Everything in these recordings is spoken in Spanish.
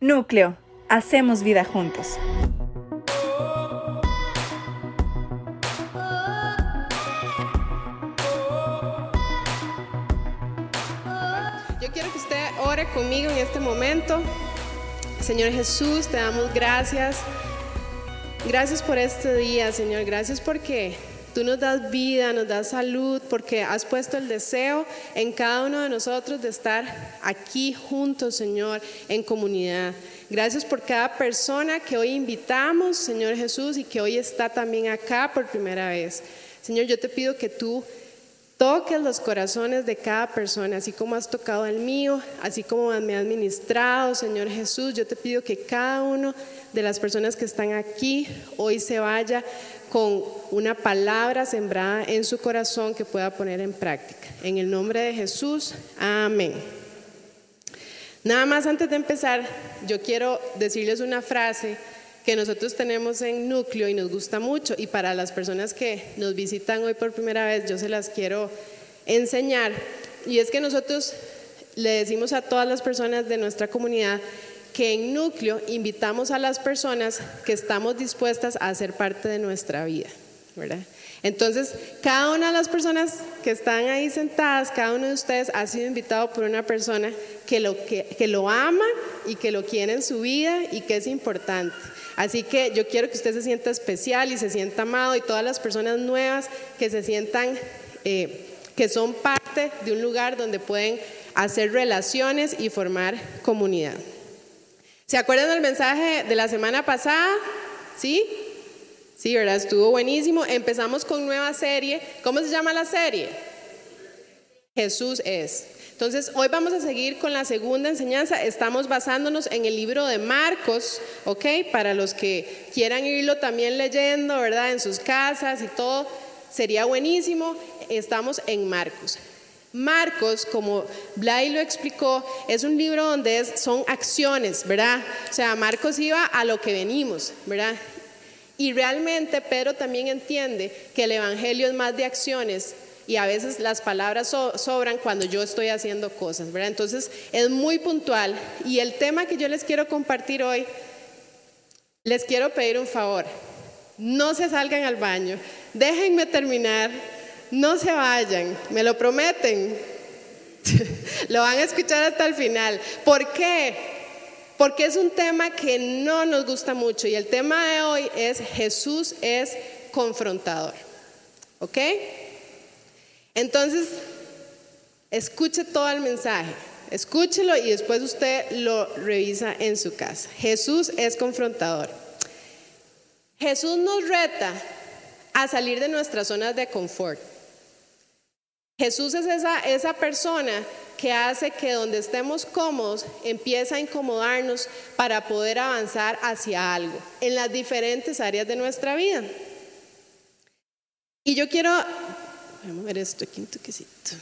Núcleo, hacemos vida juntos. Yo quiero que usted ore conmigo en este momento. Señor Jesús, te damos gracias. Gracias por este día, Señor. Gracias porque tú nos das vida, nos das salud, porque has puesto el deseo en cada uno de nosotros de estar aquí juntos, Señor, en comunidad. Gracias por cada persona que hoy invitamos, Señor Jesús, y que hoy está también acá por primera vez. Señor, yo te pido que tú toques los corazones de cada persona, así como has tocado el mío, así como me has ministrado, Señor Jesús. Yo te pido que cada uno de las personas que están aquí hoy se vaya con una palabra sembrada en su corazón que pueda poner en práctica. En el nombre de Jesús, amén. Nada más antes de empezar, yo quiero decirles una frase que nosotros tenemos en Núcleo y nos gusta mucho, y para las personas que nos visitan hoy por primera vez, yo se las quiero enseñar, y es que nosotros le decimos a todas las personas de nuestra comunidad que en Núcleo invitamos a las personas que estamos dispuestas a ser parte de nuestra vida, ¿verdad? Entonces, cada una de las personas que están ahí sentadas, cada uno de ustedes ha sido invitado por una persona que lo ama y que lo quiere en su vida y que es importante. Así que yo quiero que usted se sienta especial y se sienta amado, y todas las personas nuevas que se sientan que son parte de un lugar donde pueden hacer relaciones y formar comunidad. ¿Se acuerdan del mensaje de la semana pasada? ¿Sí? Sí, ¿verdad? Estuvo buenísimo. Empezamos con nueva serie. ¿Cómo se llama la serie? Jesús es. Entonces, hoy vamos a seguir con la segunda enseñanza. Estamos basándonos en el libro de Marcos, ¿ok? Para los que quieran irlo también leyendo, ¿verdad? En sus casas y todo, sería buenísimo. Estamos en Marcos. Marcos, como Blay lo explicó, es un libro donde son acciones, ¿verdad? O sea, Marcos iba a lo que venimos, ¿verdad? Y realmente Pedro también entiende que el evangelio es más de acciones, y a veces las palabras sobran cuando yo estoy haciendo cosas, ¿verdad? Entonces es muy puntual, y el tema que yo les quiero compartir hoy, les quiero pedir un favor: no se salgan al baño, déjenme terminar. No se vayan, ¿me lo prometen? Lo van a escuchar hasta el final. ¿Por qué? Porque es un tema que no nos gusta mucho, y el tema de hoy es: Jesús es confrontador. ¿Ok? Entonces, escuche todo el mensaje, escúchelo y después usted lo revisa en su casa. Jesús es confrontador. Jesús nos reta a salir de nuestras zonas de confort. Jesús es esa persona que hace que donde estemos cómodos empiece a incomodarnos para poder avanzar hacia algo en las diferentes áreas de nuestra vida. Y yo quiero, vamos a ver esto aquí un toquecito.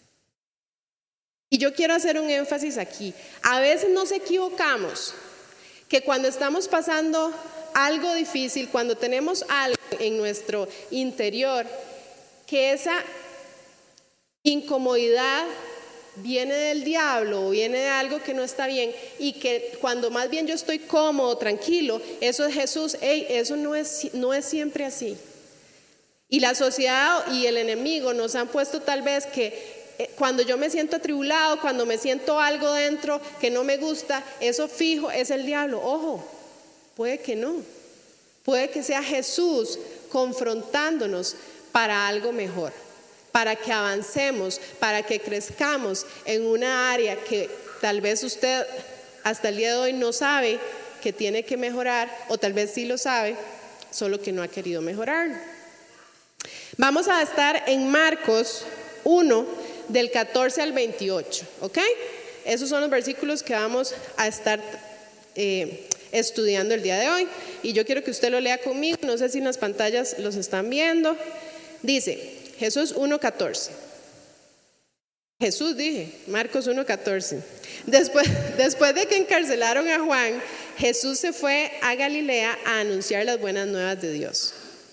Y yo quiero hacer un énfasis aquí. A veces nos equivocamos, que cuando estamos pasando algo difícil, cuando tenemos algo en nuestro interior, que esa incomodidad viene del diablo o viene de algo que no está bien, y que cuando más bien yo estoy cómodo, tranquilo, eso es Jesús. Eso no es siempre así. Y la sociedad y el enemigo nos han puesto tal vez que cuando yo me siento atribulado, cuando me siento algo dentro que no me gusta, eso fijo es el diablo. Ojo, puede que no. Puede que sea Jesús confrontándonos para algo mejor, para que avancemos, para que crezcamos en una área que tal vez usted hasta el día de hoy no sabe que tiene que mejorar, o tal vez sí lo sabe, solo que no ha querido mejorarlo. Vamos a estar en Marcos 1, del 14 al 28, ¿ok? Esos son los versículos que vamos a estar estudiando el día de hoy, y yo quiero que usted lo lea conmigo. No sé si en las pantallas los están viendo. Dice Jesús 1:14. Jesús, dije, Marcos 1:14. Después de que encarcelaron a Juan, Jesús se fue a Galilea a anunciar las buenas nuevas de Dios.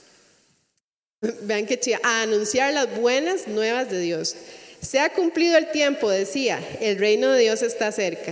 Vean qué chida, a anunciar las buenas nuevas de Dios. Se ha cumplido el tiempo, decía, el reino de Dios está cerca.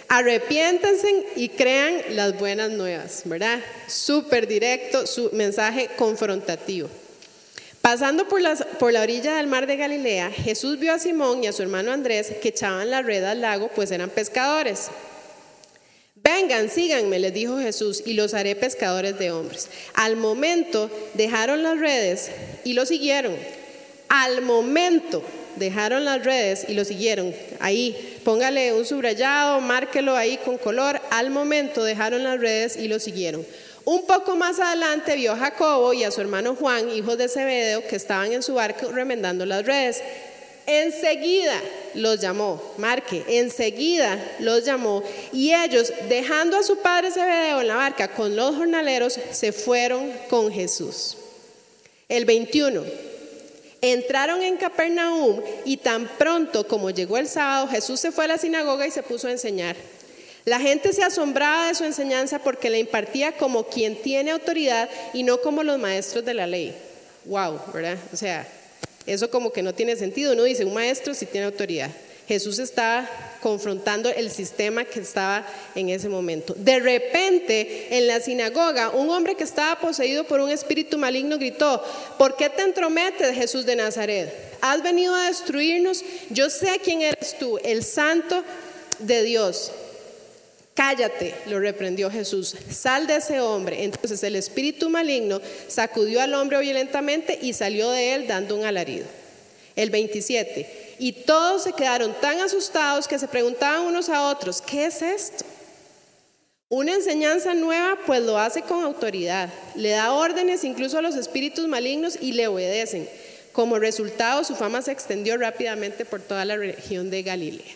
Arrepiéntanse y crean las buenas nuevas, ¿verdad? Súper directo, su mensaje confrontativo. Pasando por la orilla del mar de Galilea, Jesús vio a Simón y a su hermano Andrés que echaban la red al lago, pues eran pescadores. Vengan, síganme, les dijo Jesús, y los haré pescadores de hombres. Al momento dejaron las redes y lo siguieron. Al momento dejaron las redes y lo siguieron. Ahí, póngale un subrayado, márquelo ahí con color. Al momento dejaron las redes y lo siguieron. Un poco más adelante vio a Jacobo y a su hermano Juan, hijos de Zebedeo, que estaban en su barco remendando las redes. Enseguida los llamó, marque, enseguida los llamó, y ellos, dejando a su padre Zebedeo en la barca con los jornaleros, se fueron con Jesús. El 21. Entraron en Capernaum y tan pronto como llegó el sábado, Jesús se fue a la sinagoga y se puso a enseñar. La gente se asombraba de su enseñanza porque la impartía como quien tiene autoridad y no como los maestros de la ley. Wow, ¿verdad? O sea, eso como que no tiene sentido. Uno dice, un maestro sí tiene autoridad. Jesús estaba confrontando el sistema que estaba en ese momento. De repente, en la sinagoga, un hombre que estaba poseído por un espíritu maligno gritó: ¿por qué te entrometes, Jesús de Nazaret? ¿Has venido a destruirnos? Yo sé quién eres tú, el Santo de Dios. Cállate, lo reprendió Jesús, sal de ese hombre. Entonces el espíritu maligno sacudió al hombre violentamente y salió de él dando un alarido. El 27. Y todos se quedaron tan asustados que se preguntaban unos a otros: ¿qué es esto? Una enseñanza nueva, pues lo hace con autoridad. Le da órdenes incluso a los espíritus malignos y le obedecen. Como resultado, su fama se extendió rápidamente por toda la región de Galilea.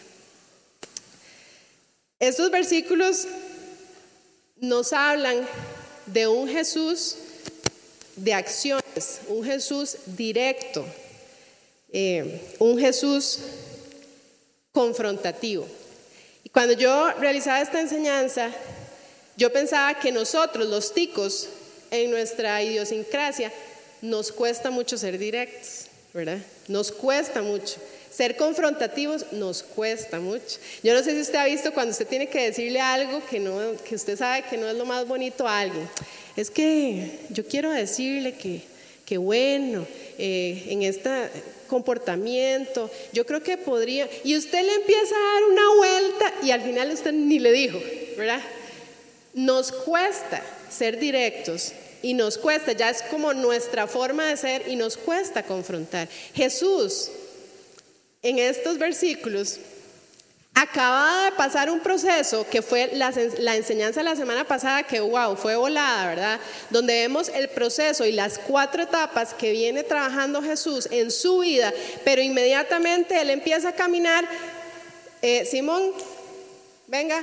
Estos versículos nos hablan de un Jesús de acciones, un Jesús directo, un Jesús confrontativo. Y cuando yo realizaba esta enseñanza, yo pensaba que nosotros, los ticos, en nuestra idiosincrasia, nos cuesta mucho ser directos, ¿verdad? Nos cuesta mucho. Ser confrontativos nos cuesta mucho. Yo no sé si usted ha visto cuando usted tiene que decirle algo que usted sabe que no es lo más bonito a alguien. Es que yo quiero decirle que bueno, en este comportamiento, yo creo que podría, y usted le empieza a dar una vuelta y al final usted ni le dijo, ¿verdad? Nos cuesta ser directos y nos cuesta, ya es como nuestra forma de ser y nos cuesta confrontar. Jesús, en estos versículos, acababa de pasar un proceso que fue la enseñanza de la semana pasada, que wow, fue volada, ¿verdad? Donde vemos el proceso y las 4 etapas que viene trabajando Jesús en su vida, pero inmediatamente Él empieza a caminar. Simón, venga,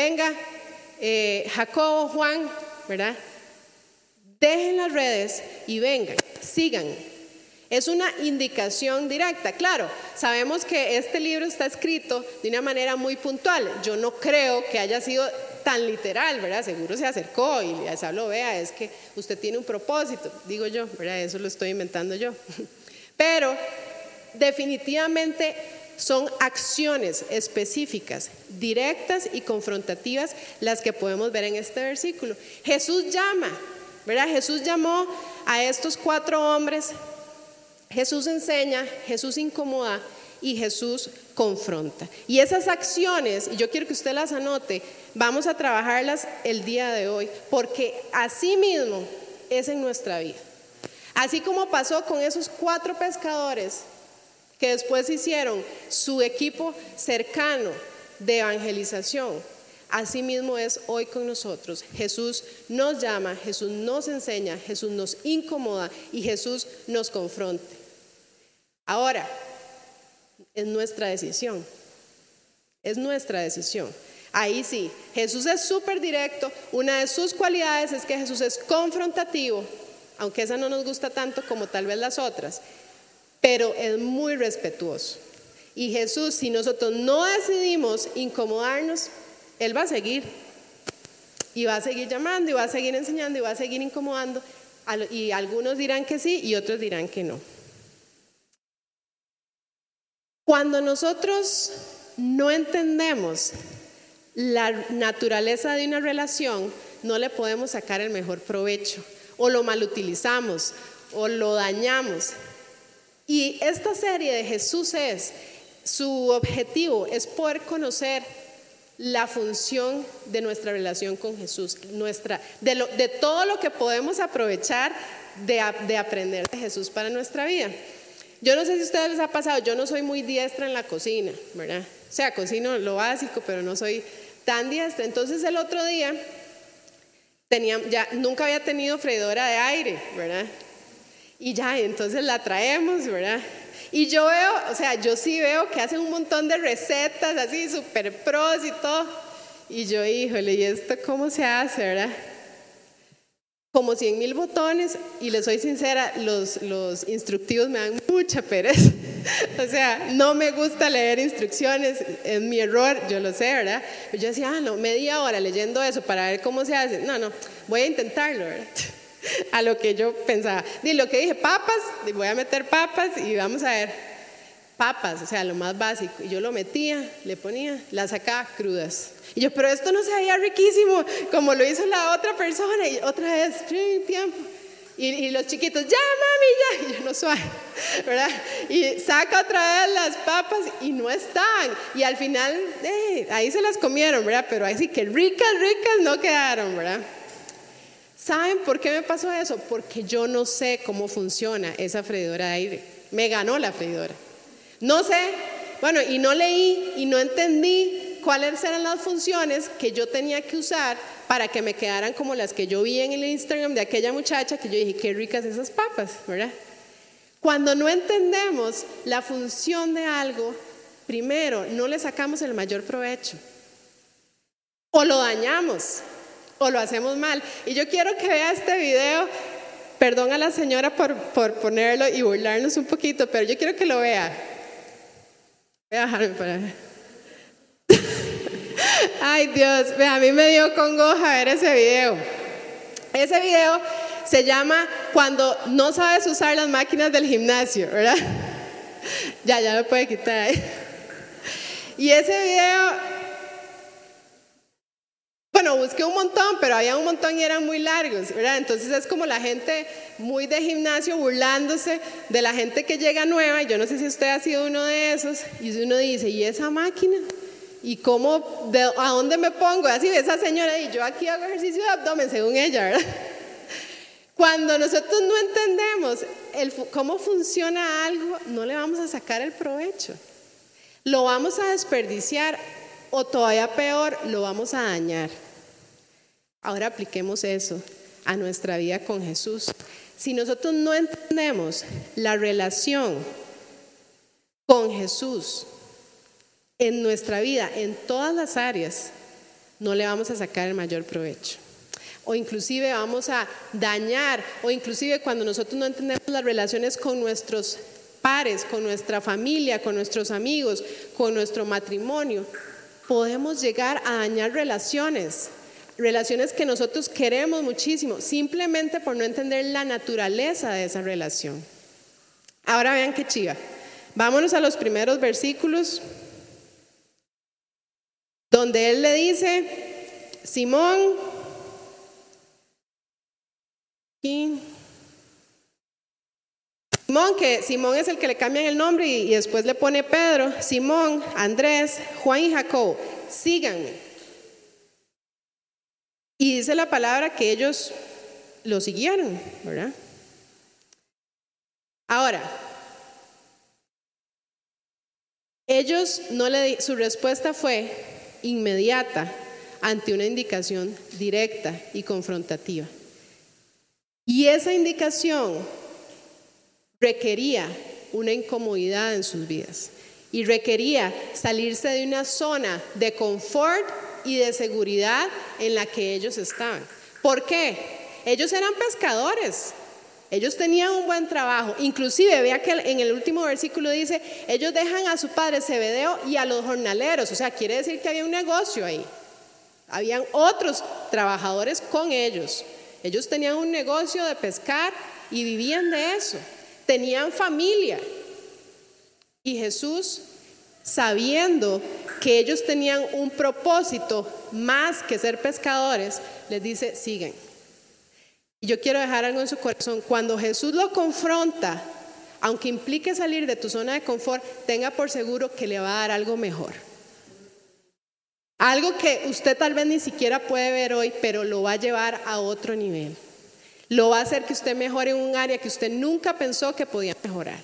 Jacobo, Juan, ¿verdad? Dejen las redes y vengan, sigan. Es una indicación directa. Claro, sabemos que este libro está escrito de una manera muy puntual. Yo no creo que haya sido tan literal, ¿verdad? Seguro se acercó y les habló: vea, es que usted tiene un propósito, digo yo, ¿verdad? Eso lo estoy inventando yo. Pero definitivamente son acciones específicas, directas y confrontativas las que podemos ver en este versículo. Jesús llama, ¿verdad? Jesús llamó a estos 4 hombres. Jesús enseña, Jesús incomoda y Jesús confronta. Y esas acciones, y yo quiero que usted las anote, vamos a trabajarlas el día de hoy, porque así mismo es en nuestra vida. Así como pasó con esos 4 pescadores que después hicieron su equipo cercano de evangelización, así mismo es hoy con nosotros. Jesús nos llama, Jesús nos enseña, Jesús nos incomoda y Jesús nos confronta. Ahora, es nuestra decisión. Es nuestra decisión. Ahí sí, Jesús es súper directo. Una de sus cualidades es que Jesús es confrontativo, aunque esa no nos gusta tanto como tal vez las otras, pero es muy respetuoso. Y Jesús, si nosotros no decidimos incomodarnos, Él va a seguir. Y va a seguir llamando, y va a seguir enseñando, y va a seguir incomodando. Y algunos dirán que sí, y otros dirán que no. Cuando nosotros no entendemos la naturaleza de una relación, no le podemos sacar el mejor provecho, o lo malutilizamos, o lo dañamos. Y esta serie de Jesús su objetivo es poder conocer la función de nuestra relación con Jesús, de todo lo que podemos aprovechar de aprender de Jesús para nuestra vida. Yo no sé si a ustedes les ha pasado, yo no soy muy diestra en la cocina, ¿verdad? O sea, cocino lo básico, pero no soy tan diestra. Entonces el otro día nunca había tenido freidora de aire, ¿verdad? Y entonces la traemos, ¿verdad? Y yo sí veo que hacen un montón de recetas así, super pros y todo. Y yo, híjole, ¿y esto cómo se hace, verdad? Como 100,000 botones, y les soy sincera, los instructivos me dan mucha pereza. O sea, no me gusta leer instrucciones, es mi error, yo lo sé, ¿verdad? Pero yo decía, media hora leyendo eso para ver cómo se hace. No, voy a intentarlo, ¿verdad? A lo que yo pensaba. Lo que dije, papas, voy a meter papas y vamos a ver. Papas, o sea, lo más básico. Y yo lo metía, le ponía, las sacaba crudas. Y yo, pero esto no se veía riquísimo como lo hizo la otra persona. Y otra vez, tiempo. Y los chiquitos, ya mami, ya. Y yo, no suave, ¿verdad? Y saca otra vez las papas y no están. Y al final, ahí se las comieron, ¿verdad? Pero así que ricas no quedaron, ¿verdad? ¿Saben por qué me pasó eso? Porque yo no sé cómo funciona esa freidora de aire. Me ganó la freidora. No sé, y no leí y no entendí cuáles eran las funciones que yo tenía que usar para que me quedaran como las que yo vi en el Instagram de aquella muchacha que yo dije, qué ricas esas papas, ¿verdad? Cuando no entendemos la función de algo, primero, no le sacamos el mayor provecho. O lo dañamos, o lo hacemos mal. Y yo quiero que vea este video. Perdón a la señora por ponerlo y burlarnos un poquito, pero yo quiero que lo vea. Voy a bajarme para ver. Ay Dios, a mí me dio congoja ver ese video. Ese video se llama Cuando no sabes usar las máquinas del gimnasio, ¿verdad? Ya lo puede quitar. Y ese video, busqué un montón, pero había un montón y eran muy largos, ¿verdad? Entonces es como la gente muy de gimnasio burlándose de la gente que llega nueva. Y yo no sé si usted ha sido uno de esos. Y uno dice, ¿y esa máquina? ¿Y cómo? ¿A dónde me pongo? Así ve esa señora y yo aquí hago ejercicio de abdomen según ella, ¿verdad? Cuando nosotros no entendemos cómo funciona algo, no le vamos a sacar el provecho. Lo vamos a desperdiciar o todavía peor, lo vamos a dañar. Ahora apliquemos eso a nuestra vida con Jesús. Si nosotros no entendemos la relación con Jesús en nuestra vida, en todas las áreas, no le vamos a sacar el mayor provecho. O inclusive vamos a dañar, o inclusive cuando nosotros no entendemos las relaciones con nuestros pares, con nuestra familia, con nuestros amigos, con nuestro matrimonio, podemos llegar a dañar relaciones que nosotros queremos muchísimo, simplemente por no entender la naturaleza de esa relación. Ahora vean qué chiva. Vámonos a los primeros versículos, donde él le dice, Simón, que Simón es el que le cambian el nombre y después le pone Pedro, Simón, Andrés, Juan y Jacobo, síganme. Y dice la palabra que ellos lo siguieron, ¿verdad? Ahora, su respuesta fue inmediata ante una indicación directa y confrontativa. Y esa indicación requería una incomodidad en sus vidas y requería salirse de una zona de confort y de seguridad en la que ellos estaban. ¿Por qué? Ellos eran pescadores, ellos tenían un buen trabajo. Inclusive vea que en el último versículo dice, ellos dejan a su padre Zebedeo y a los jornaleros. O sea, quiere decir que había un negocio ahí, habían otros trabajadores con ellos. Ellos tenían un negocio de pescar y vivían de eso, tenían familia. Y Jesús, sabiendo que ellos tenían un propósito más que ser pescadores, les dice, sigan. Y yo quiero dejar algo en su corazón. Cuando Jesús lo confronta, aunque implique salir de tu zona de confort, tenga por seguro que le va a dar algo mejor. Algo que usted tal vez ni siquiera puede ver hoy, pero lo va a llevar a otro nivel. Lo va a hacer que usted mejore en un área que usted nunca pensó que podía mejorar.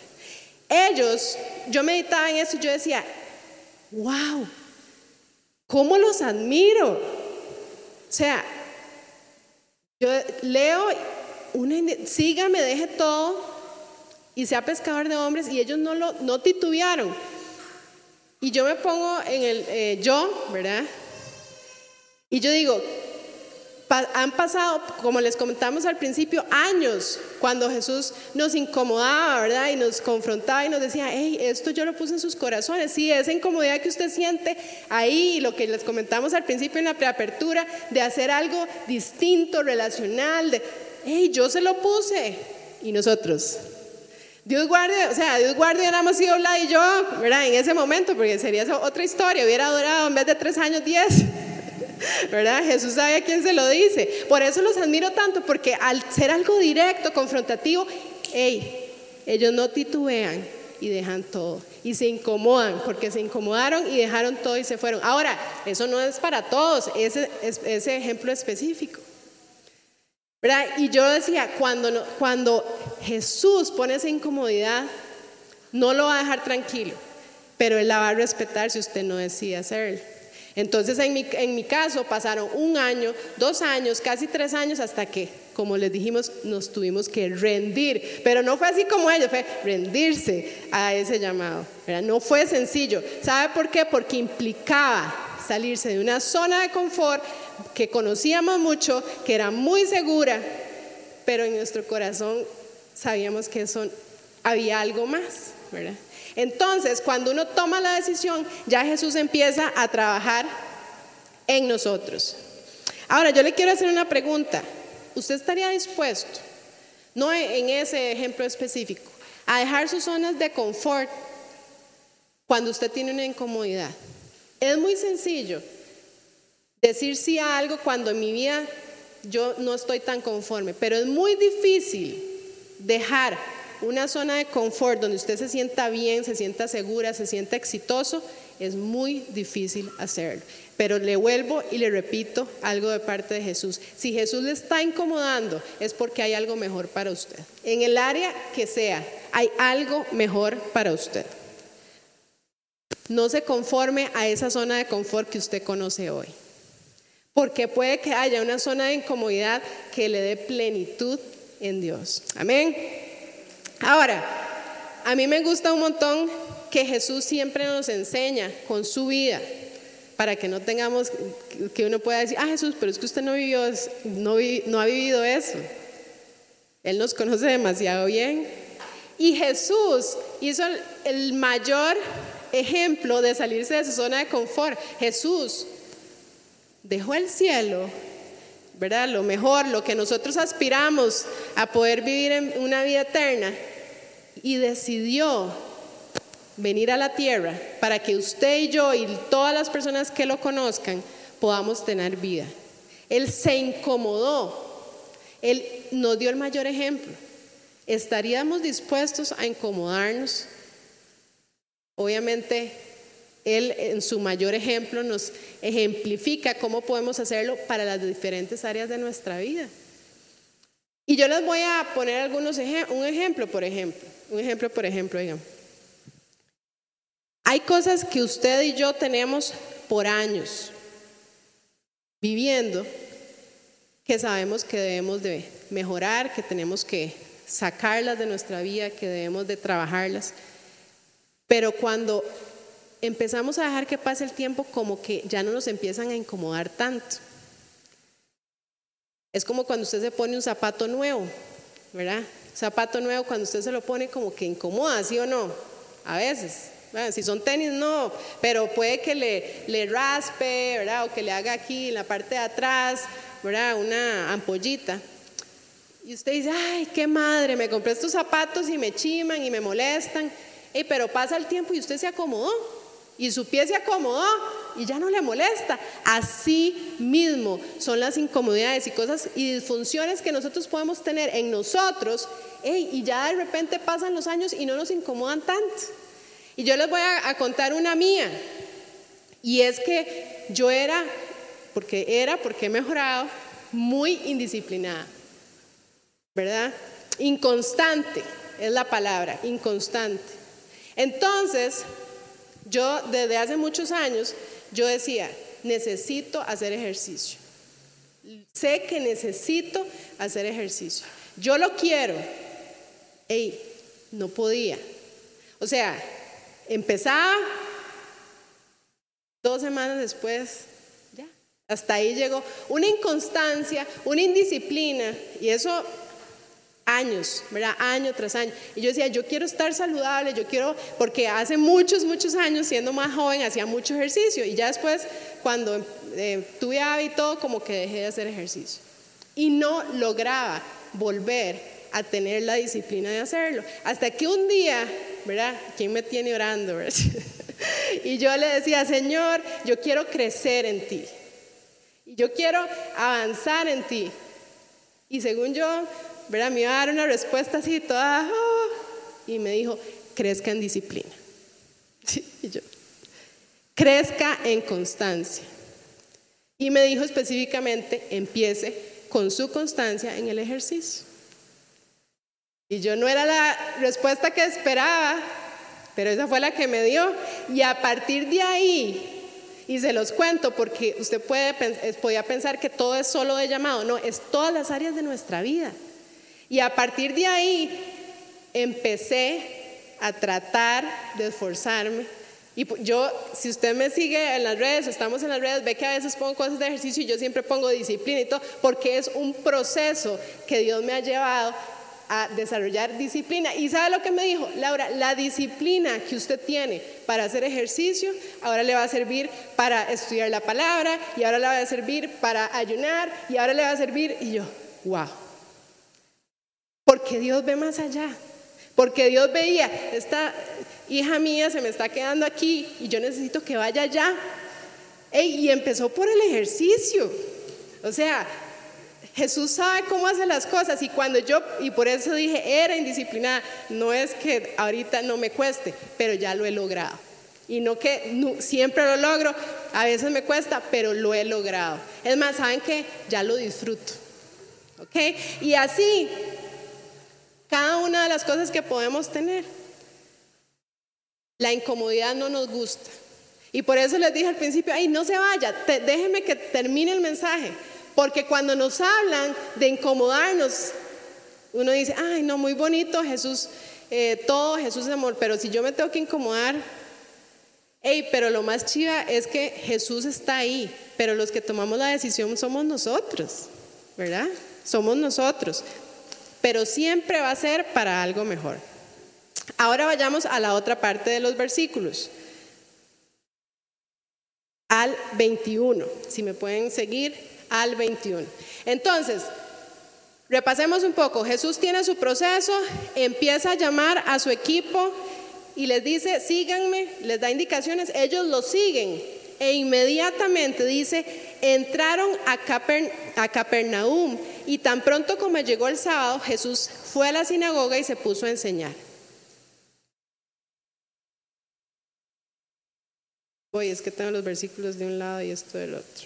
Yo meditaba en eso y yo decía, wow, ¿cómo los admiro? O sea, yo leo, sígame, deje todo y sea pescador de hombres, y ellos no titubearon. Y yo me pongo en el ¿verdad? Y yo digo, han pasado, como les comentamos al principio, años cuando Jesús nos incomodaba, ¿verdad? Y nos confrontaba y nos decía, hey, esto yo lo puse en sus corazones. Sí, esa incomodidad que usted siente ahí, y lo que les comentamos al principio en la preapertura, de hacer algo distinto, relacional, hey, yo se lo puse. Y nosotros, Dios guarde, nada más sido Vlad y yo, ¿verdad? En ese momento, porque sería otra historia, hubiera durado en vez de 3 años, 10. ¿Verdad? Jesús sabe a quién se lo dice. Por eso los admiro tanto, porque al ser algo directo, confrontativo, ellos no titubean y dejan todo, y se incomodan, porque se incomodaron y dejaron todo y se fueron. Ahora, eso no es para todos, ese ejemplo específico, ¿verdad? Y yo decía, cuando Jesús pone esa incomodidad, no lo va a dejar tranquilo, pero Él la va a respetar si usted no decide hacerlo. Entonces en mi caso pasaron 1 año, 2 años, casi 3 años, hasta que, como les dijimos, nos tuvimos que rendir. Pero no fue así como ellos, fue rendirse a ese llamado, ¿verdad? No fue sencillo. ¿Sabe por qué? Porque implicaba salirse de una zona de confort que conocíamos mucho, que era muy segura, pero en nuestro corazón sabíamos que había algo más, ¿verdad? Entonces, cuando uno toma la decisión, ya Jesús empieza a trabajar en nosotros. Ahora, yo le quiero hacer una pregunta. ¿Usted estaría dispuesto, no en ese ejemplo específico, a dejar sus zonas de confort cuando usted tiene una incomodidad? Es muy sencillo decir sí a algo cuando en mi vida yo no estoy tan conforme, pero es muy difícil dejar una zona de confort donde usted se sienta bien, se sienta segura, se sienta exitoso. Es muy difícil hacerlo. Pero le vuelvo y le repito algo de parte de Jesús. Si Jesús le está incomodando, es porque hay algo mejor para usted. En el área que sea, hay algo mejor para usted. No se conforme a esa zona de confort que usted conoce hoy, porque puede que haya una zona de incomodidad que le dé plenitud en Dios. Amén. Ahora, a mí me gusta un montón que Jesús siempre nos enseña con su vida, para que no tengamos, que uno pueda decir, Jesús, pero es que usted no ha vivido eso. Él nos conoce demasiado bien. Y Jesús hizo el mayor ejemplo de salirse de su zona de confort. Jesús dejó el cielo, ¿verdad? Lo mejor, lo que nosotros aspiramos a poder vivir en una vida eterna, y decidió venir a la tierra para que usted y yo y todas las personas que lo conozcan podamos tener vida. Él se incomodó, Él nos dio el mayor ejemplo. ¿Estaríamos dispuestos a incomodarnos? Obviamente, Él en su mayor ejemplo nos ejemplifica cómo podemos hacerlo para las diferentes áreas de nuestra vida. Y yo les voy a poner un ejemplo, por ejemplo, digamos. Hay cosas que usted y yo tenemos por años viviendo, que sabemos que debemos de mejorar, que tenemos que sacarlas de nuestra vida, que debemos de trabajarlas. Pero cuando empezamos a dejar que pase el tiempo, como que ya no nos empiezan a incomodar tanto. Es como cuando usted se pone un zapato nuevo, ¿verdad? Zapato nuevo, cuando usted se lo pone, como que incomoda, ¿sí o no? A veces. Bueno, si son tenis, no, pero puede que le raspe, ¿verdad? O que le haga aquí en la parte de atrás, ¿verdad? Una ampollita. Y usted dice, ay, qué madre, me compré estos zapatos y me chiman y me molestan. Pero pasa el tiempo y usted se acomodó. y su pie se acomodó y ya no le molesta. Así mismo son las incomodidades y cosas y disfunciones que nosotros podemos tener en nosotros, y ya de repente pasan los años y no nos incomodan tanto. Y yo les voy a contar una mía, y es que yo era, porque he mejorado, muy indisciplinada, ¿verdad? Inconstante es la palabra, inconstante. Entonces, yo desde hace muchos años, yo decía, necesito hacer ejercicio. Sé que necesito hacer ejercicio. Yo lo quiero. No podía. O sea, empezaba, 2 semanas después, ya. Hasta ahí llegó. Una inconstancia, una indisciplina, y eso años, ¿verdad? Año tras año. Y yo decía, yo quiero estar saludable, yo quiero, porque hace muchos años, siendo más joven, hacía mucho ejercicio. Y ya después, cuando tuve hábito, como que dejé de hacer ejercicio. Y no lograba volver a tener la disciplina de hacerlo. Hasta que un día, ¿verdad? ¿Quién me tiene orando, verdad? Y yo le decía, Señor, yo quiero crecer en ti. Y yo quiero avanzar en ti. Y según yo, ¿verdad? Me iba a dar una respuesta así toda, y me dijo, crezca en disciplina. Y yo, crezca en constancia. Y me dijo específicamente, empiece con su constancia en el ejercicio. Y yo no era la respuesta que esperaba, pero esa fue la que me dio. Y a partir de ahí, y se los cuento porque usted podía pensar que todo es solo de llamado. No, es todas las áreas de nuestra vida. Y a partir de ahí empecé a tratar de esforzarme. Y yo, si usted me sigue en las redes, estamos en las redes, ve que a veces pongo cosas de ejercicio y yo siempre pongo disciplina y todo, porque es un proceso que Dios me ha llevado a desarrollar disciplina. ¿Y sabe lo que me dijo? Laura, la disciplina que usted tiene para hacer ejercicio, ahora le va a servir para estudiar la palabra, y ahora le va a servir para ayunar, y ahora le va a servir, y yo, wow. Porque Dios ve más allá. Porque Dios veía, esta hija mía se me está quedando aquí y yo necesito que vaya allá. Y empezó por el ejercicio. O sea, Jesús sabe cómo hace las cosas. Y por eso dije, era indisciplinada. No es que ahorita no me cueste, pero ya lo he logrado. Y no que siempre lo logro, a veces me cuesta, pero lo he logrado. Es más, ¿saben qué? Ya lo disfruto. ¿Ok? Y así, cada una de las cosas que podemos tener, la incomodidad no nos gusta. Y por eso les dije al principio, no se vaya, déjenme que termine el mensaje. Porque cuando nos hablan de incomodarnos, uno dice, ay no, muy bonito Jesús, todo Jesús es amor, pero si yo me tengo que incomodar, pero lo más chiva es que Jesús está ahí, pero los que tomamos la decisión somos nosotros, ¿verdad? Somos nosotros. Pero siempre va a ser para algo mejor. Ahora vayamos a la otra parte de los versículos, al 21, si me pueden seguir, al 21. Entonces, repasemos un poco. Jesús tiene su proceso, empieza a llamar a su equipo y les dice, síganme, les da indicaciones, ellos lo siguen, e inmediatamente dice, entraron a Capernaum, y tan pronto como llegó el sábado, Jesús fue a la sinagoga y se puso a enseñar. Es que tengo los versículos de un lado y esto del otro.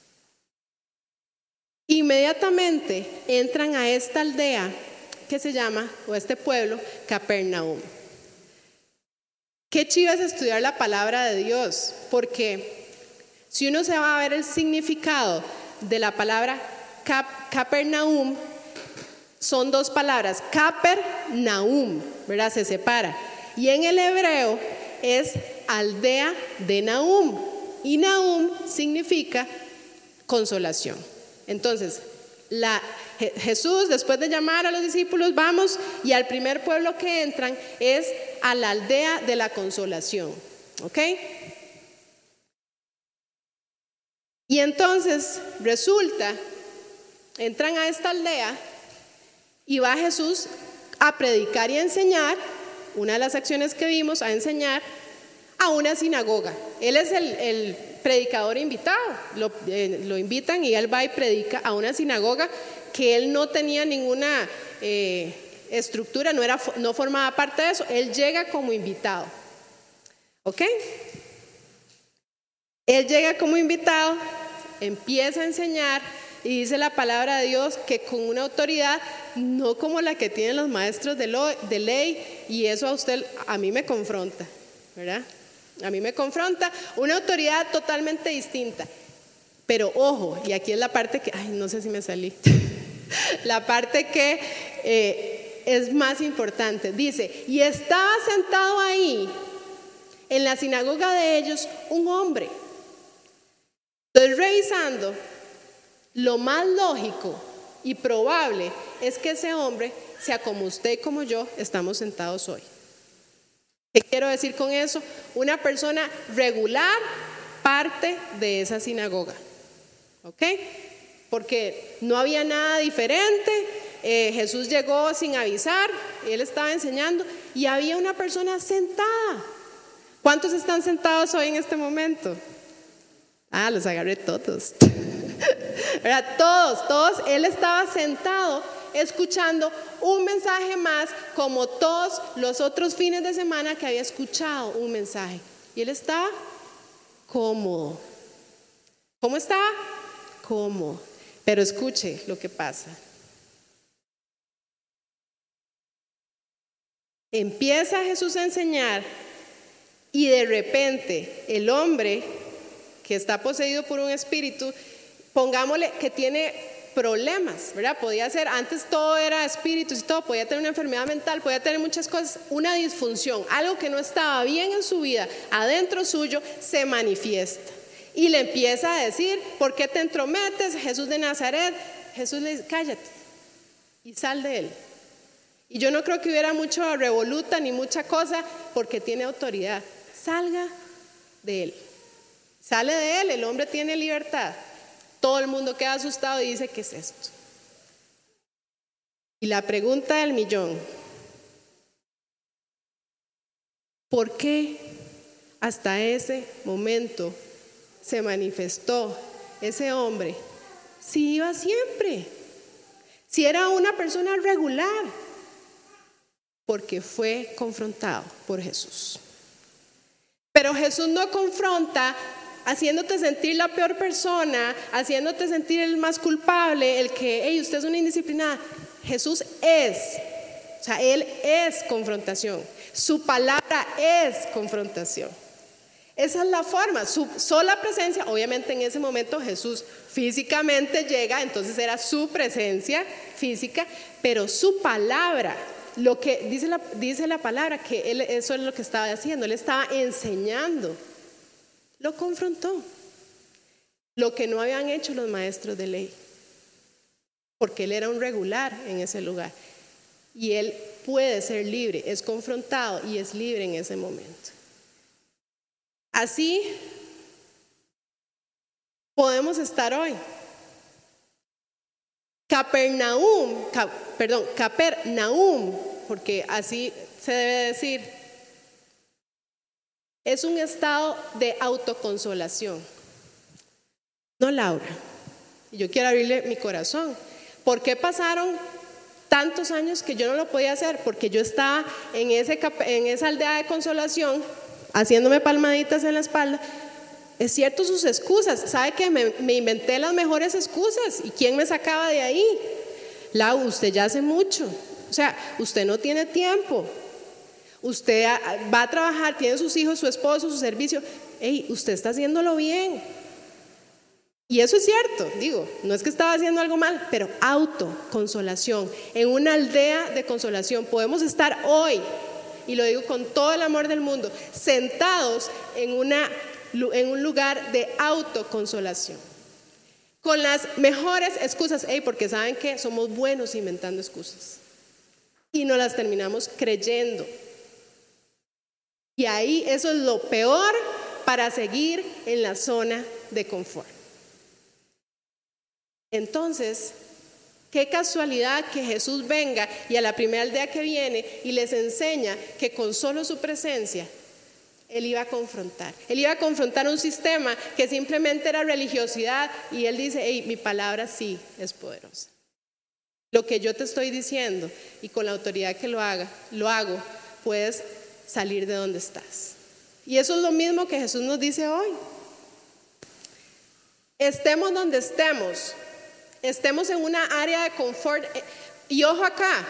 Inmediatamente entran a esta aldea que se llama, o este pueblo, Capernaum. Qué chido es estudiar la palabra de Dios, porque si uno se va a ver el significado de la palabra Capernaum, son 2 palabras, Capernaum, ¿verdad? Se separa. Y en el hebreo es aldea de Nahum, y Nahum significa consolación. Entonces, Jesús, después de llamar a los discípulos, vamos, y al primer pueblo que entran es a la aldea de la consolación. ¿Ok? Y entonces resulta, entran a esta aldea y va Jesús a predicar y a enseñar. Una de las acciones que vimos, a enseñar a una sinagoga. Él es el predicador invitado, lo invitan y él va y predica a una sinagoga que él no tenía ninguna estructura, no formaba parte de eso. Él llega como invitado, ¿ok? Él llega como invitado, empieza a enseñar y dice la palabra de Dios que con una autoridad no como la que tienen los maestros de ley, y eso a mí me confronta, ¿verdad? A mí me confronta, una autoridad totalmente distinta. Pero ojo, y aquí es la parte que, no sé si me salí, la parte que es más importante. Dice, y estaba sentado ahí en la sinagoga de ellos un hombre. Entonces, revisando, lo más lógico y probable es que ese hombre sea como usted y como yo estamos sentados hoy. ¿Qué quiero decir con eso? Una persona regular, parte de esa sinagoga, ¿ok? Porque no había nada diferente. Jesús llegó sin avisar, él estaba enseñando y había una persona sentada. ¿Cuántos están sentados hoy en este momento? Los agarré todos. ¿Verdad? Todos. Él estaba sentado escuchando un mensaje más, como todos los otros fines de semana que había escuchado un mensaje. Y él estaba cómodo. ¿Cómo estaba? Cómodo. Pero escuche lo que pasa. Empieza Jesús a enseñar y de repente el hombre que está poseído por un espíritu, pongámosle que tiene problemas, ¿verdad? Podía ser, antes todo era espíritus y todo, podía tener una enfermedad mental, podía tener muchas cosas, una disfunción, algo que no estaba bien en su vida, adentro suyo se manifiesta y le empieza a decir, ¿por qué te entrometes, Jesús de Nazaret? Jesús le dice, cállate y sal de él. Y yo no creo que hubiera mucho revoluta ni mucha cosa, porque tiene autoridad. Salga de él. Sale de él, el hombre tiene libertad. Todo el mundo queda asustado y dice, ¿qué es esto? Y la pregunta del millón, ¿por qué hasta ese momento se manifestó ese hombre? Si iba siempre, si era una persona regular, porque fue confrontado por Jesús. Pero Jesús no confronta haciéndote sentir la peor persona, haciéndote sentir el más culpable, el que, usted es una indisciplinada. Jesús Él es confrontación. Su palabra es confrontación. Esa es la forma, su sola presencia. Obviamente en ese momento Jesús físicamente llega, entonces era su presencia física, pero su palabra, lo que dice la palabra, que él, eso es lo que estaba haciendo, él estaba enseñando. Lo confrontó, lo que no habían hecho los maestros de ley, porque él era un regular en ese lugar y él puede ser libre, es confrontado y es libre en ese momento. Así podemos estar hoy. Capernaum, porque así se debe decir, es un estado de autoconsolación. No, Laura, yo quiero abrirle mi corazón. ¿Por qué pasaron tantos años que yo no lo podía hacer? Porque yo estaba en esa aldea de consolación, haciéndome palmaditas en la espalda. Es cierto, sus excusas, ¿sabe qué? Me inventé las mejores excusas. ¿Y quién me sacaba de ahí? Lau, usted ya hace mucho, o sea, usted no tiene tiempo, usted va a trabajar, tiene sus hijos, su esposo, su servicio. Usted está haciéndolo bien. Y eso es cierto, digo, no es que estaba haciendo algo mal, pero autoconsolación, en una aldea de consolación. Podemos estar hoy, y lo digo con todo el amor del mundo, sentados en un lugar de autoconsolación, con las mejores excusas, porque saben que somos buenos inventando excusas y nos las terminamos creyendo. Y ahí eso es lo peor para seguir en la zona de confort. Entonces, qué casualidad que Jesús venga y a la primera aldea que viene y les enseña que con solo su presencia Él iba a confrontar. Él iba a confrontar un sistema que simplemente era religiosidad y él dice, hey, mi palabra sí es poderosa. Lo que yo te estoy diciendo y con la autoridad que lo hago, puedes salir de donde estás. Y eso es lo mismo que Jesús nos dice hoy. Estemos donde estemos en una área de confort. Y ojo acá,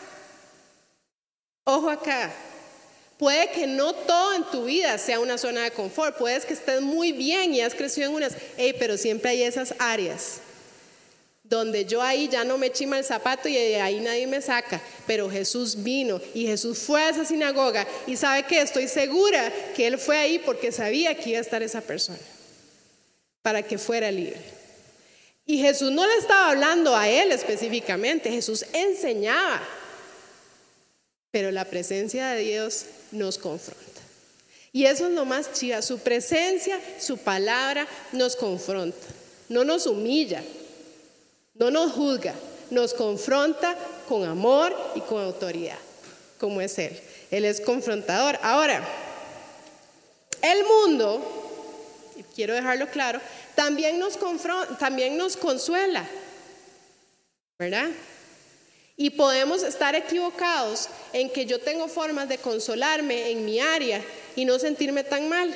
puede que no todo en tu vida sea una zona de confort, puedes que estés muy bien y has crecido en unas, pero siempre hay esas áreas donde yo ahí ya no me chima el zapato y de ahí nadie me saca, pero Jesús vino y Jesús fue a esa sinagoga y ¿sabe qué? Estoy segura que Él fue ahí porque sabía que iba a estar esa persona para que fuera libre. Y Jesús no le estaba hablando a él específicamente, Jesús enseñaba, pero la presencia de Dios nos confronta. Y eso es lo más chiva, su presencia, su palabra nos confronta, no nos humilla, no nos juzga, nos confronta con amor y con autoridad, como es Él. Él es confrontador. Ahora, el mundo, y quiero dejarlo claro, también nos confronta, también nos consuela, ¿verdad? Y podemos estar equivocados en que yo tengo formas de consolarme en mi área y no sentirme tan mal.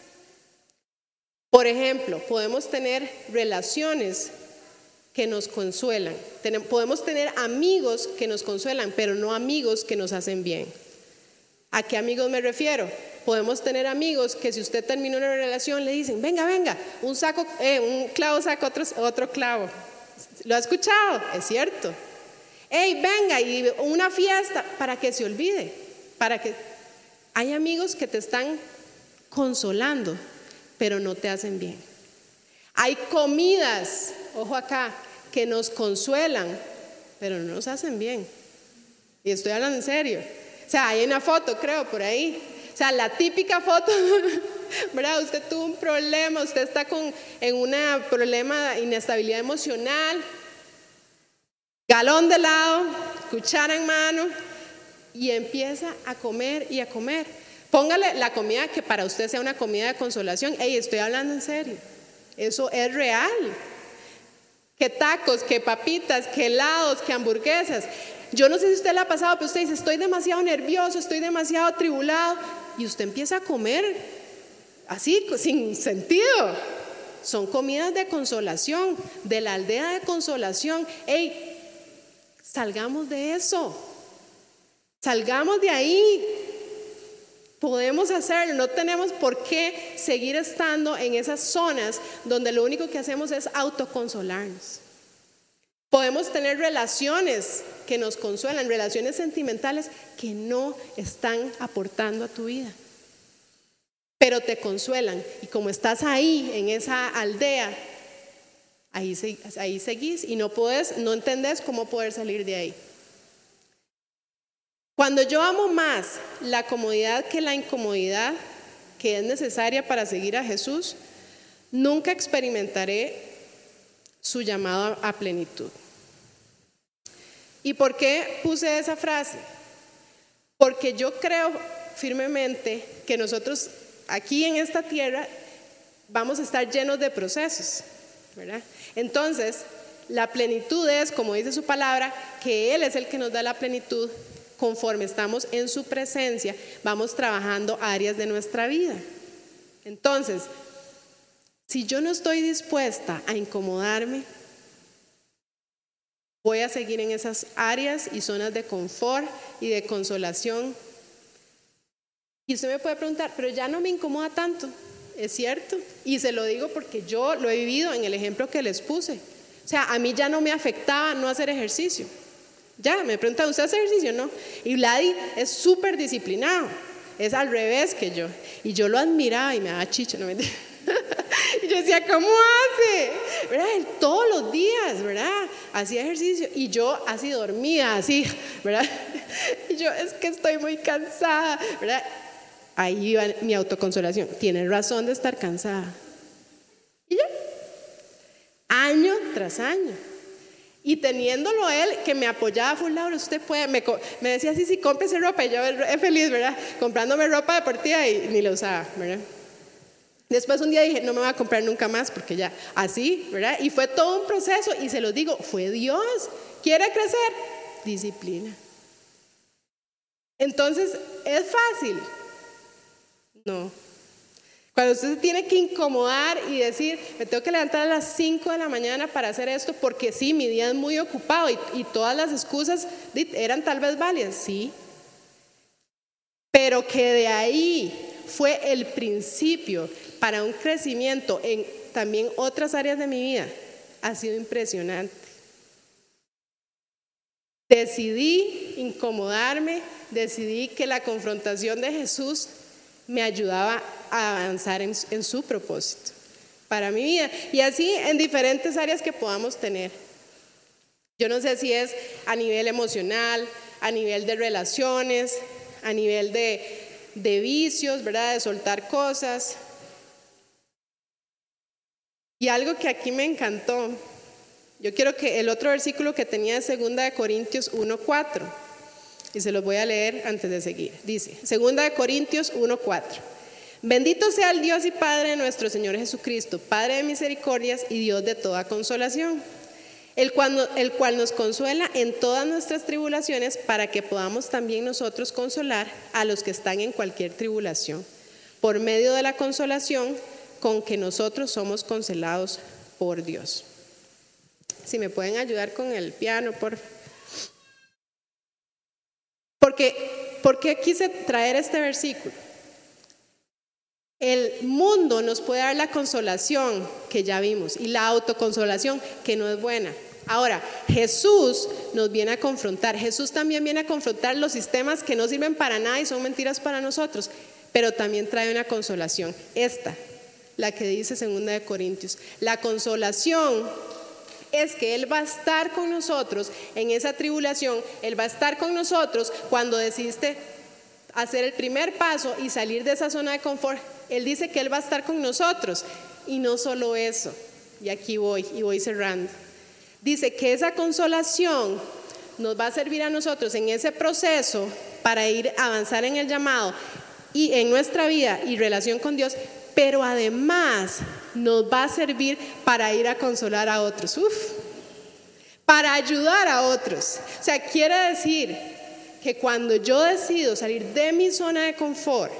Por ejemplo, podemos tener relaciones que nos consuelan. Podemos tener amigos que nos consuelan, pero no amigos que nos hacen bien. ¿A qué amigos me refiero? Podemos tener amigos que si usted termina una relación le dicen, venga, un clavo saca otro clavo. ¿Lo ha escuchado? Es cierto. Hey, venga, y una fiesta para que se olvide. Hay amigos que te están consolando, pero no te hacen bien. Hay comidas, ojo acá, que nos consuelan, pero no nos hacen bien. Y estoy hablando en serio. O sea, hay una foto, creo, por ahí. O sea, la típica foto, ¿verdad? Usted tuvo un problema, usted está en un problema de inestabilidad emocional, galón de helado, cuchara en mano, y empieza a comer y a comer. Póngale la comida que para usted sea una comida de consolación. Hey, estoy hablando en serio. Eso es real. Que tacos, que papitas, que helados, que hamburguesas. Yo no sé si usted le ha pasado, pero usted dice, estoy demasiado nervioso, estoy demasiado atribulado. Y usted empieza a comer así, sin sentido. Son comidas de consolación, de la aldea de consolación. Hey, salgamos de eso. Salgamos de ahí. Podemos hacerlo, no tenemos por qué seguir estando en esas zonas donde lo único que hacemos es autoconsolarnos. Podemos tener relaciones que nos consuelan, relaciones sentimentales que no están aportando a tu vida, pero te consuelan. Y como estás ahí en esa aldea, ahí seguís y no entendés cómo poder salir de ahí. Cuando yo amo más la comodidad que la incomodidad que es necesaria para seguir a Jesús, nunca experimentaré su llamado a plenitud. ¿Y por qué puse esa frase? Porque yo creo firmemente que nosotros aquí en esta tierra vamos a estar llenos de procesos, ¿verdad? Entonces, la plenitud es, como dice su palabra, que Él es el que nos da la plenitud. Conforme estamos en su presencia, vamos trabajando áreas de nuestra vida. Entonces, si yo no estoy dispuesta a incomodarme, voy a seguir en esas áreas y zonas de confort y de consolación. Y usted me puede preguntar, pero ya no me incomoda tanto. Es cierto, y se lo digo porque yo lo he vivido en el ejemplo que les puse. O sea, a mí ya no me afectaba no hacer ejercicio. Ya, me preguntan, ¿usted hace ejercicio? No. Y Vladi es súper disciplinado, es al revés que yo. Y yo lo admiraba y me daba chicha, no me Y yo decía, ¿cómo hace? ¿Verdad? Él todos los días, ¿verdad? Hacía ejercicio y yo así dormida, así, ¿verdad? Y yo, es que estoy muy cansada, ¿verdad? Ahí iba mi autoconsolación. Tienes razón de estar cansada. Y ya, año tras año. Y teniéndolo él, que me apoyaba, fue Laura, usted puede, me decía, sí, cómprese ropa, y yo feliz, ¿verdad? Comprándome ropa deportiva y ni la usaba, ¿verdad? Después un día dije, no me voy a comprar nunca más, porque ya, así, ¿verdad? Y fue todo un proceso, y se los digo, fue Dios. ¿Quiere crecer? Disciplina. Entonces, ¿es fácil? No. Cuando usted se tiene que incomodar y decir, me tengo que levantar a las 5 de la mañana para hacer esto, porque sí, mi día es muy ocupado y todas las excusas eran tal vez válidas, sí. Pero que de ahí fue el principio para un crecimiento en también otras áreas de mi vida, ha sido impresionante. Decidí incomodarme, decidí que la confrontación de Jesús me ayudaba a avanzar en su propósito para mi vida, y así en diferentes áreas que podamos tener. Yo no sé si es a nivel emocional, a nivel de relaciones, a nivel de vicios, ¿verdad? De soltar cosas. Y algo que aquí me encantó, yo quiero que el otro versículo que tenía es 2 Corintios 1:4, y se los voy a leer antes de seguir. Dice, 2 Corintios 1:4. Bendito sea el Dios y Padre de nuestro Señor Jesucristo, Padre de misericordias y Dios de toda consolación, el cual nos consuela en todas nuestras tribulaciones, para que podamos también nosotros consolar a los que están en cualquier tribulación, por medio de la consolación con que nosotros somos consolados por Dios. Si me pueden ayudar con el piano, por favor. ¿Por qué quise traer este versículo? El mundo nos puede dar la consolación que ya vimos y la autoconsolación que no es buena. Ahora, Jesús nos viene a confrontar. Jesús también viene a confrontar los sistemas que no sirven para nada y son mentiras para nosotros, pero también trae una consolación. Esta, la que dice 2 Corintios. La consolación es que Él va a estar con nosotros en esa tribulación. Él va a estar con nosotros cuando decidiste hacer el primer paso y salir de esa zona de confort. Él dice que Él va a estar con nosotros. Y no solo eso, y aquí voy cerrando. Dice que esa consolación nos va a servir a nosotros en ese proceso para ir a avanzar en el llamado y en nuestra vida y relación con Dios, pero además nos va a servir para ir a consolar a otros, para ayudar a otros. O sea, quiere decir que cuando yo decido salir de mi zona de confort,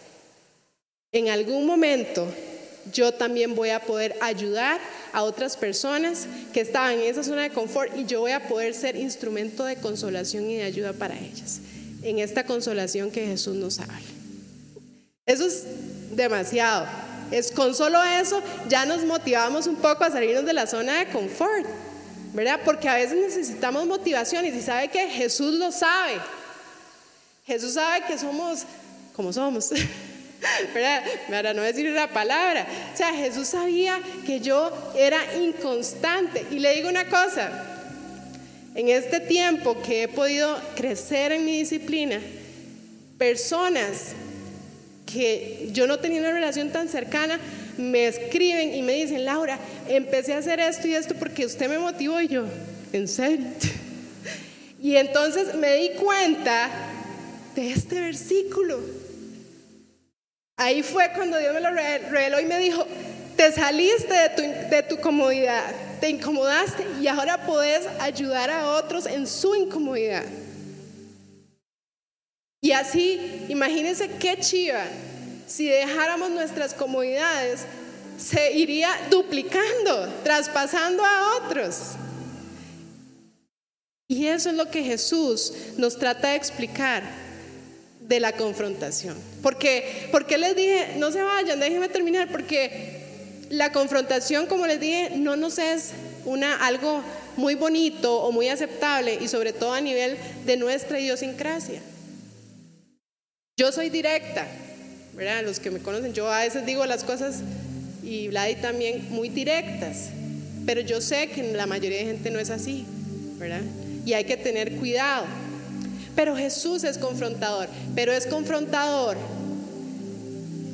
en algún momento yo también voy a poder ayudar a otras personas que estaban en esa zona de confort, y yo voy a poder ser instrumento de consolación y de ayuda para ellas, en esta consolación que Jesús nos habla. Eso es demasiado. Con solo eso ya nos motivamos un poco a salirnos de la zona de confort, ¿verdad? Porque a veces necesitamos motivaciones, y ¿sabe qué? Jesús lo sabe. Jesús sabe que somos como somos, ¿verdad? Para no decir una palabra. O sea, Jesús sabía que yo era inconstante. Y le digo una cosa, en este tiempo que he podido crecer en mi disciplina, personas que yo no tenía una relación tan cercana me escriben y me dicen: Laura, empecé a hacer esto y esto porque usted me motivó. Y yo, ¿en serio? Y entonces me di cuenta de este versículo. Ahí fue cuando Dios me lo reveló y me dijo: te saliste de tu comodidad, te incomodaste, y ahora podés ayudar a otros en su incomodidad. Y así, imagínense qué chiva, si dejáramos nuestras comodidades, se iría duplicando, traspasando a otros. Y eso es lo que Jesús nos trata de explicar de la confrontación. Porque les dije, no se vayan, déjenme terminar, porque la confrontación, como les dije, no nos es algo muy bonito o muy aceptable, y sobre todo a nivel de nuestra idiosincrasia. Yo soy directa, ¿verdad? Los que me conocen, yo a veces digo las cosas, y Vladi también, muy directas, pero yo sé que la mayoría de gente no es así, ¿verdad? Y hay que tener cuidado. Pero Jesús es confrontador, pero es confrontador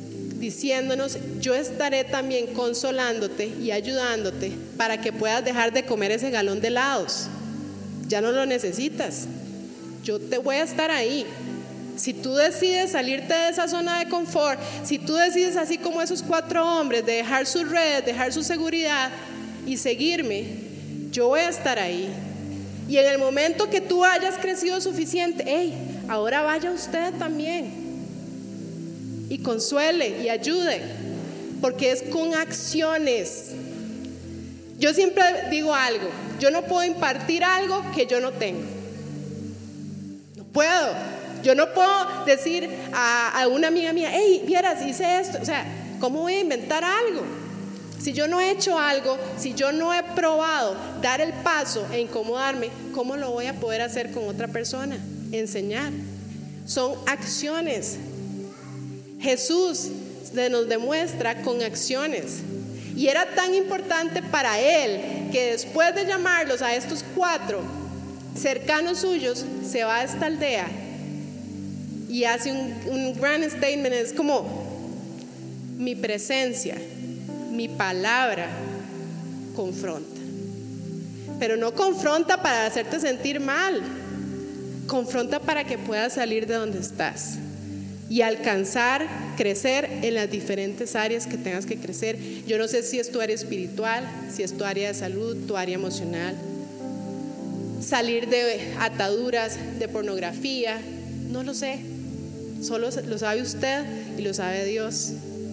diciéndonos: yo estaré también consolándote y ayudándote para que puedas dejar de comer ese galón de helados. Ya no lo necesitas. Yo te voy a estar ahí. Si tú decides salirte de esa zona de confort, si tú decides, así como esos 4 hombres, de dejar sus redes, dejar su seguridad y seguirme, yo voy a estar ahí. Y en el momento que tú hayas crecido suficiente, ahora vaya usted también y consuele y ayude, porque es con acciones. Yo siempre digo algo: yo no puedo impartir algo que yo no tengo. No puedo. Yo no puedo decir a una amiga mía: vieras, hice esto. O sea, ¿cómo voy a inventar algo? Si yo no he hecho algo, si yo no he probado dar el paso e incomodarme, ¿cómo lo voy a poder hacer con otra persona? Enseñar. Son acciones. Jesús nos demuestra con acciones. Y era tan importante para él que después de llamarlos a estos 4 cercanos suyos, se va a esta aldea y hace un gran statement. Es como: mi presencia, mi palabra confronta. Pero no confronta para hacerte sentir mal, confronta para que puedas salir de donde estás y alcanzar, crecer en las diferentes áreas que tengas que crecer. Yo no sé si es tu área espiritual, si es tu área de salud, tu área emocional. Salir de ataduras, de pornografía, no lo sé. Solo lo sabe usted y lo sabe Dios.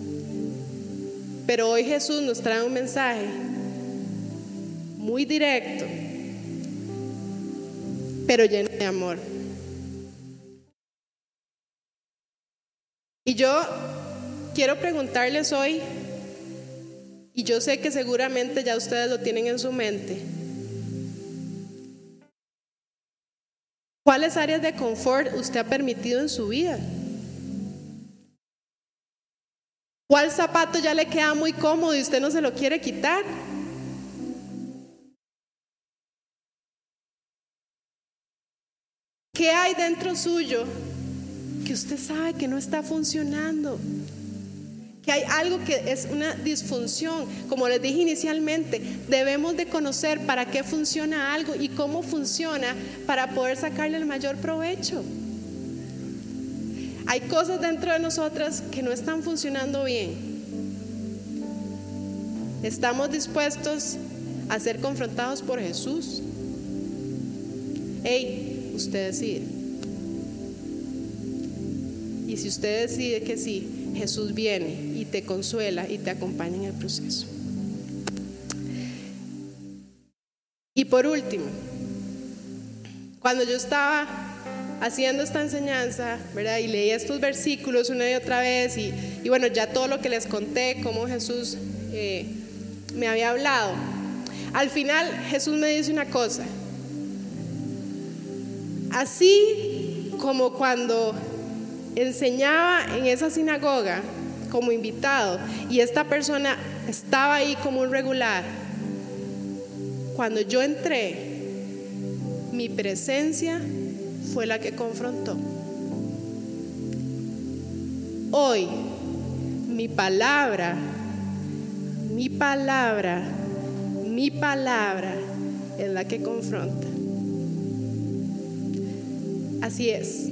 Pero hoy Jesús nos trae un mensaje muy directo, pero lleno de amor. Y yo quiero preguntarles hoy, y yo sé que seguramente ya ustedes lo tienen en su mente: ¿cuáles áreas de confort usted ha permitido en su vida? ¿Cuál zapato ya le queda muy cómodo y usted no se lo quiere quitar? ¿Qué hay dentro suyo que usted sabe que no está funcionando? Que hay algo que es una disfunción. Como les dije inicialmente, debemos de conocer para qué funciona algo y cómo funciona para poder sacarle el mayor provecho. Hay cosas dentro de nosotras que no están funcionando bien. ¿Estamos dispuestos a ser confrontados por Jesús? Usted decide. Y si usted decide que sí, Jesús viene y te consuela y te acompaña en el proceso. Y por último, cuando yo estaba haciendo esta enseñanza, ¿verdad?, y leí estos versículos una y otra vez, y bueno, ya todo lo que les conté, cómo Jesús me había hablado, al final Jesús me dice una cosa: así como cuando enseñaba en esa sinagoga como invitado y esta persona estaba ahí como un regular, cuando yo entré, mi presencia fue la que confrontó. Hoy mi palabra es la que confronta. Así es.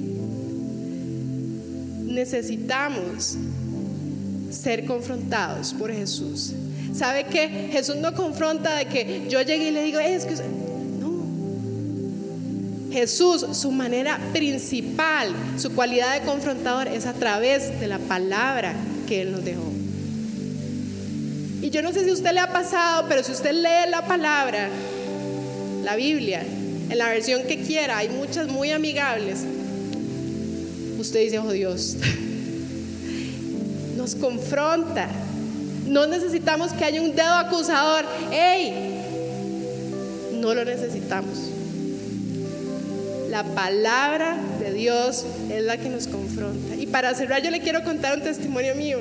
Necesitamos ser confrontados por Jesús. ¿Sabe qué? Jesús no confronta de que yo llegue y le digo: es que... No. Jesús, su manera principal, su cualidad de confrontador es a través de la palabra que Él nos dejó. Y yo no sé si a usted le ha pasado, pero si usted lee la palabra, la Biblia, en la versión que quiera, hay muchas muy amigables, usted dice: oh Dios, nos confronta. No necesitamos que haya un dedo acusador. No lo necesitamos. La palabra de Dios es la que nos confronta. Y para cerrar, yo le quiero contar un testimonio mío.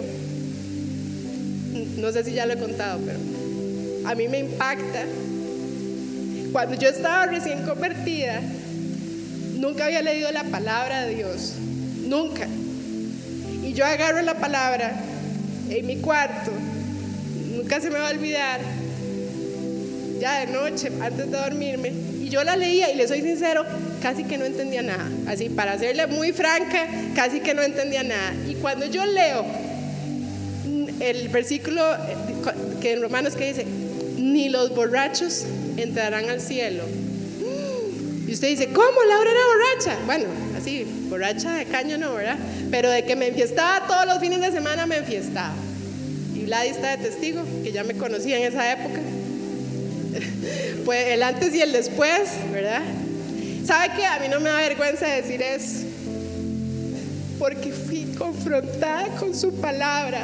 No sé si ya lo he contado, pero a mí me impacta. Cuando yo estaba recién convertida, nunca había leído la palabra de Dios, nunca. Y yo agarro la palabra en mi cuarto, nunca se me va a olvidar, ya de noche, antes de dormirme, y yo la leía y le soy sincero, casi que no entendía nada, así para serle muy franca, casi que no entendía nada. Y cuando yo leo el versículo que en Romanos que dice, ni los borrachos entrarán al cielo. Y usted dice, ¿cómo? Laura era borracha. Bueno, así, borracha de caño no, ¿verdad? Pero de que me enfiestaba todos los fines de semana, me enfiestaba. Y Vladi está de testigo, que ya me conocía en esa época. Pues el antes y el después, ¿verdad? ¿Sabe qué? A mí no me da vergüenza decir eso, porque fui confrontada con su palabra.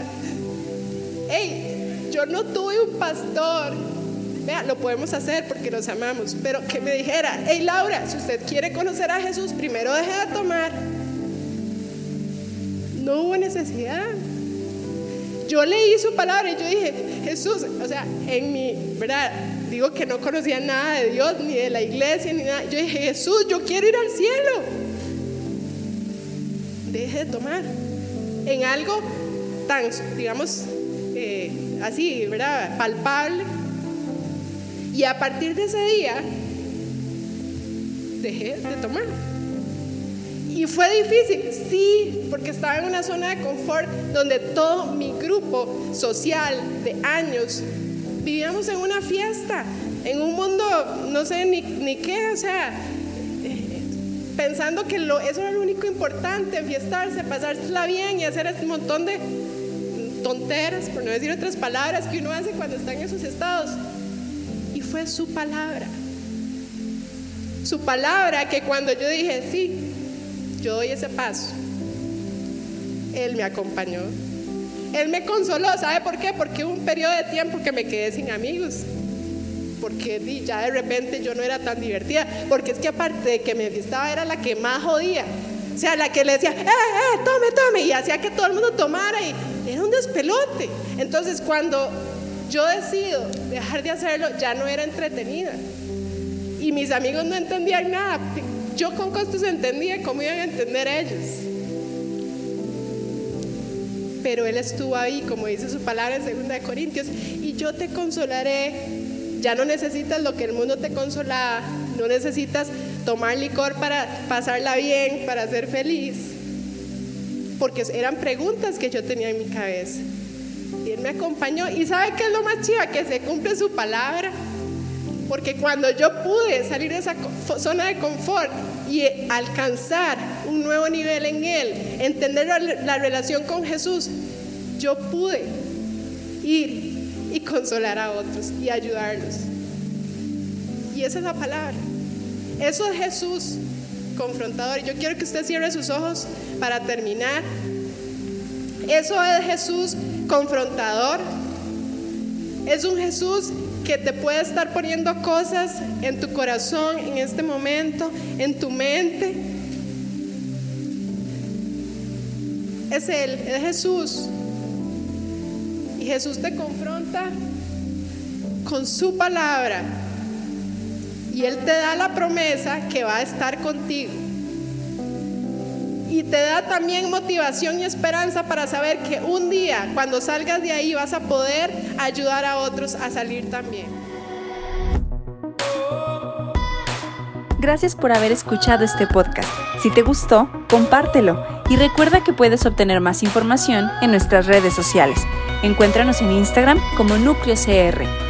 Hey, yo no tuve un pastor, vea, lo podemos hacer porque nos amamos, pero que me dijera, hey Laura, si usted quiere conocer a Jesús, primero deje de tomar. No hubo necesidad. Yo leí su palabra y yo dije, Jesús, o sea, en mi, ¿verdad? Digo que no conocía nada de Dios, ni de la iglesia, ni nada. Yo dije, Jesús, yo quiero ir al cielo. Deje de tomar. En algo tan, digamos, así, ¿verdad? Palpable. Y a partir de ese día, dejé de tomar. Y fue difícil, sí, porque estaba en una zona de confort donde todo mi grupo social de años vivíamos en una fiesta, en un mundo, no sé ni qué, o sea, pensando que eso era lo único importante, enfiestarse, pasársela bien y hacer este montón de tonteras, por no decir otras palabras, que uno hace cuando está en esos estados. Y fue su palabra que cuando yo dije, sí, yo doy ese paso, Él me acompañó, Él me consoló. ¿Sabe por qué? Porque hubo un periodo de tiempo que me quedé sin amigos, porque ya de repente yo no era tan divertida, porque es que aparte de que me enfiestaba, era la que más jodía, o sea, la que le decía, tome, y hacía que todo el mundo tomara, y era un despelote. Entonces cuando yo decido dejar de hacerlo, ya no era entretenida, y mis amigos no entendían nada. Yo con costos entendía, ¿cómo iban a entender ellos? Pero Él estuvo ahí, como dice su palabra en 2 Corintios, y yo te consolaré. Ya no necesitas lo que el mundo te consolaba, no necesitas tomar licor para pasarla bien, para ser feliz, porque eran preguntas que yo tenía en mi cabeza. Y Él me acompañó, y ¿sabe qué es lo más chiva? Que se cumple su palabra. Porque cuando yo pude salir de esa zona de confort y alcanzar un nuevo nivel en Él, entender la relación con Jesús, yo pude ir y consolar a otros y ayudarlos. Y esa es la palabra. Eso es Jesús confrontador. Y yo quiero que usted cierre sus ojos para terminar. Eso es Jesús confrontador. Es un Jesús que te puede estar poniendo cosas en tu corazón en este momento, en tu mente. Es Él, es Jesús. Y Jesús te confronta con su palabra. Y Él te da la promesa que va a estar contigo. Y te da también motivación y esperanza para saber que un día, cuando salgas de ahí, vas a poder ayudar a otros a salir también. Gracias por haber escuchado este podcast. Si te gustó, compártelo y recuerda que puedes obtener más información en nuestras redes sociales. Encuéntranos en Instagram como Núcleo CR.